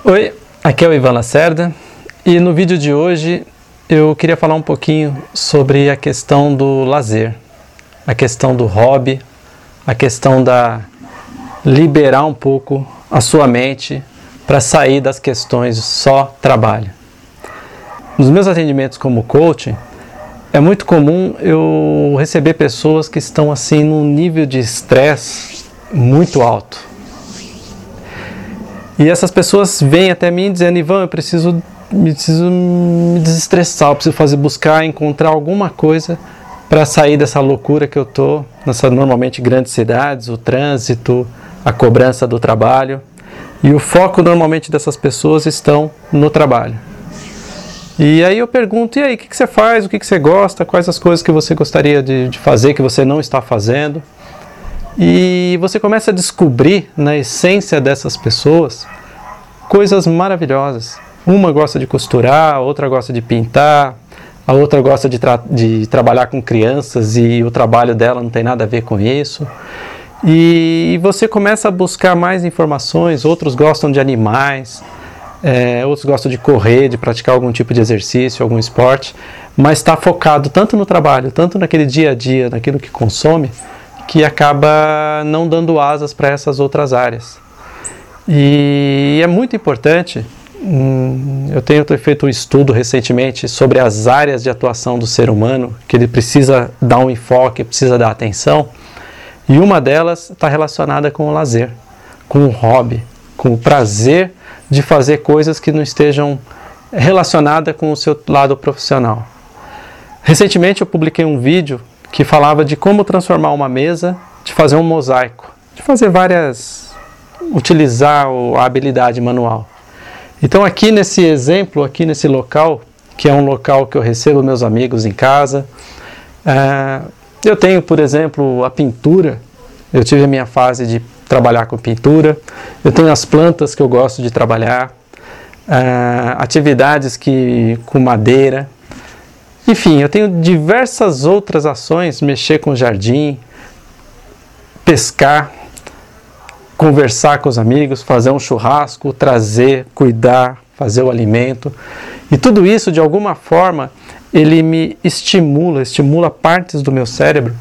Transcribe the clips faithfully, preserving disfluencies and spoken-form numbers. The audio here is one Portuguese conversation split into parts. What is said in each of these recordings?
Oi, aqui é o Ivan Lacerda e no vídeo de hoje eu queria falar um pouquinho sobre a questão do lazer, a questão do hobby, a questão da liberar um pouco a sua mente para sair das questões só trabalho. Nos meus atendimentos como coaching, é muito comum eu receber pessoas que estão assim num nível de estresse muito alto. E essas pessoas vêm até mim dizendo: Ivan, eu preciso, preciso me desestressar, eu preciso fazer, buscar, encontrar alguma coisa para sair dessa loucura que eu estou, nessas normalmente grandes cidades, o trânsito, a cobrança do trabalho. E o foco normalmente dessas pessoas estão no trabalho. E aí eu pergunto: e aí, o que, que você faz, o que, que você gosta, quais as coisas que você gostaria de, de fazer que você não está fazendo? E você começa a descobrir na essência dessas pessoas coisas maravilhosas. Uma gosta de costurar, a outra gosta de pintar, a outra gosta de, tra de trabalhar com crianças e o trabalho dela não tem nada a ver com isso. E você começa a buscar mais informações. Outros gostam de animais, é, outros gostam de correr, de praticar algum tipo de exercício, algum esporte, mas está focado tanto no trabalho, tanto naquele dia a dia, naquilo que consome, que acaba não dando asas para essas outras áreas. E é muito importante, hum, eu tenho feito um estudo recentemente sobre as áreas de atuação do ser humano, que ele precisa dar um enfoque, precisa dar atenção, e uma delas está relacionada com o lazer, com o hobby, com o prazer de fazer coisas que não estejam relacionadas com o seu lado profissional. Recentemente eu publiquei um vídeo que falava de como transformar uma mesa, de fazer um mosaico, de fazer várias, utilizar a habilidade manual. Então aqui nesse exemplo, aqui nesse local, que é um local que eu recebo meus amigos em casa, uh, eu tenho, por exemplo, a pintura. Eu tive a minha fase de trabalhar com pintura, eu tenho as plantas que eu gosto de trabalhar, uh, atividades que, com madeira. Enfim, eu tenho diversas outras ações: mexer com o jardim, pescar, conversar com os amigos, fazer um churrasco, trazer, cuidar, fazer o alimento. E tudo isso, de alguma forma, ele me estimula, estimula partes do meu cérebro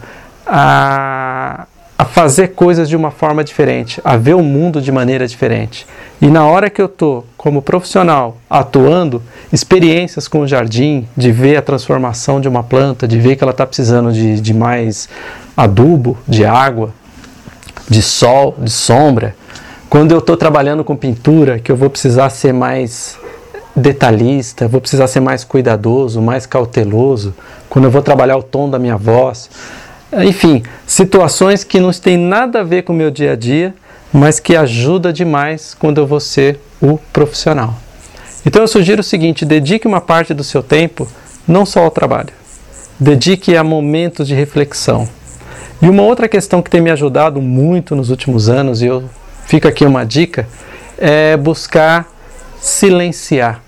a, a fazer coisas de uma forma diferente, a ver o mundo de maneira diferente. E na hora que eu estou, como profissional, atuando, experiências com o jardim, de ver a transformação de uma planta, de ver que ela está precisando de, de mais adubo, de água, de sol, de sombra. Quando eu estou trabalhando com pintura, que eu vou precisar ser mais detalhista, vou precisar ser mais cuidadoso, mais cauteloso, quando eu vou trabalhar o tom da minha voz. Enfim, situações que não têm nada a ver com o meu dia a dia, mas que ajuda demais quando eu vou ser o profissional. Então eu sugiro o seguinte: dedique uma parte do seu tempo não só ao trabalho, dedique a momentos de reflexão. E uma outra questão que tem me ajudado muito nos últimos anos, e eu fico aqui uma dica, é buscar silenciar.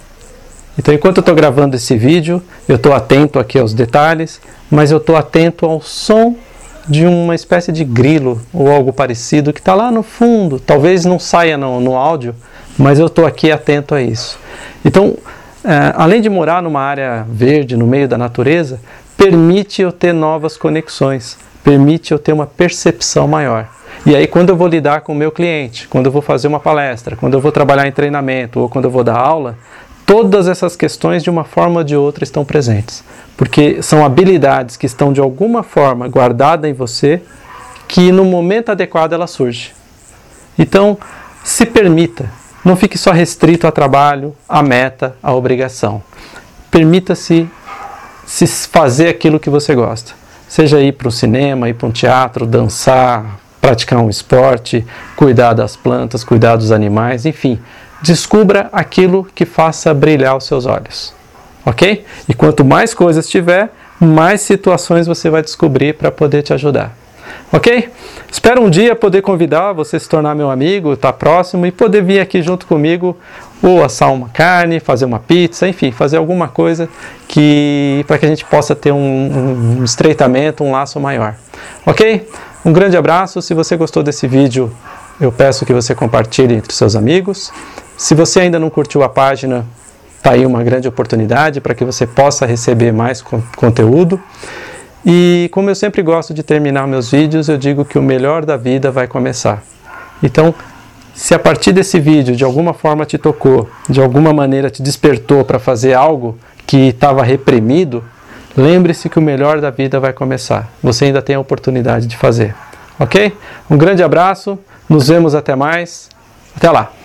Então enquanto eu estou gravando esse vídeo, eu estou atento aqui aos detalhes, mas eu estou atento ao som de uma espécie de grilo ou algo parecido que está lá no fundo. Talvez não saia no, no áudio, mas eu estou aqui atento a isso. Então, é, além de morar numa área verde, no meio da natureza, permite eu ter novas conexões, permite eu ter uma percepção maior. E aí, quando eu vou lidar com o meu cliente, quando eu vou fazer uma palestra, quando eu vou trabalhar em treinamento ou quando eu vou dar aula, todas essas questões, de uma forma ou de outra, estão presentes. Porque são habilidades que estão, de alguma forma, guardadas em você, que no momento adequado ela surge. Então, se permita. Não fique só restrito a trabalho, a meta, a obrigação. Permita-se se fazer aquilo que você gosta. Seja ir para o cinema, ir para um teatro, dançar, praticar um esporte, cuidar das plantas, cuidar dos animais, enfim. Descubra aquilo que faça brilhar os seus olhos, ok? E quanto mais coisas tiver, mais situações você vai descobrir para poder te ajudar, ok? Espero um dia poder convidar você a se tornar meu amigo, estar próximo e poder vir aqui junto comigo, ou assar uma carne, fazer uma pizza, enfim, fazer alguma coisa que, para que a gente possa ter um, um estreitamento, um laço maior, ok? Um grande abraço. Se você gostou desse vídeo, eu peço que você compartilhe entre seus amigos Se você ainda não curtiu a página, está aí uma grande oportunidade para que você possa receber mais con- conteúdo. E como eu sempre gosto de terminar meus vídeos, eu digo que o melhor da vida vai começar. Então, se a partir desse vídeo de alguma forma te tocou, de alguma maneira te despertou para fazer algo que estava reprimido, lembre-se que o melhor da vida vai começar. Você ainda tem a oportunidade de fazer. Ok? Um grande abraço, nos vemos até mais. Até lá!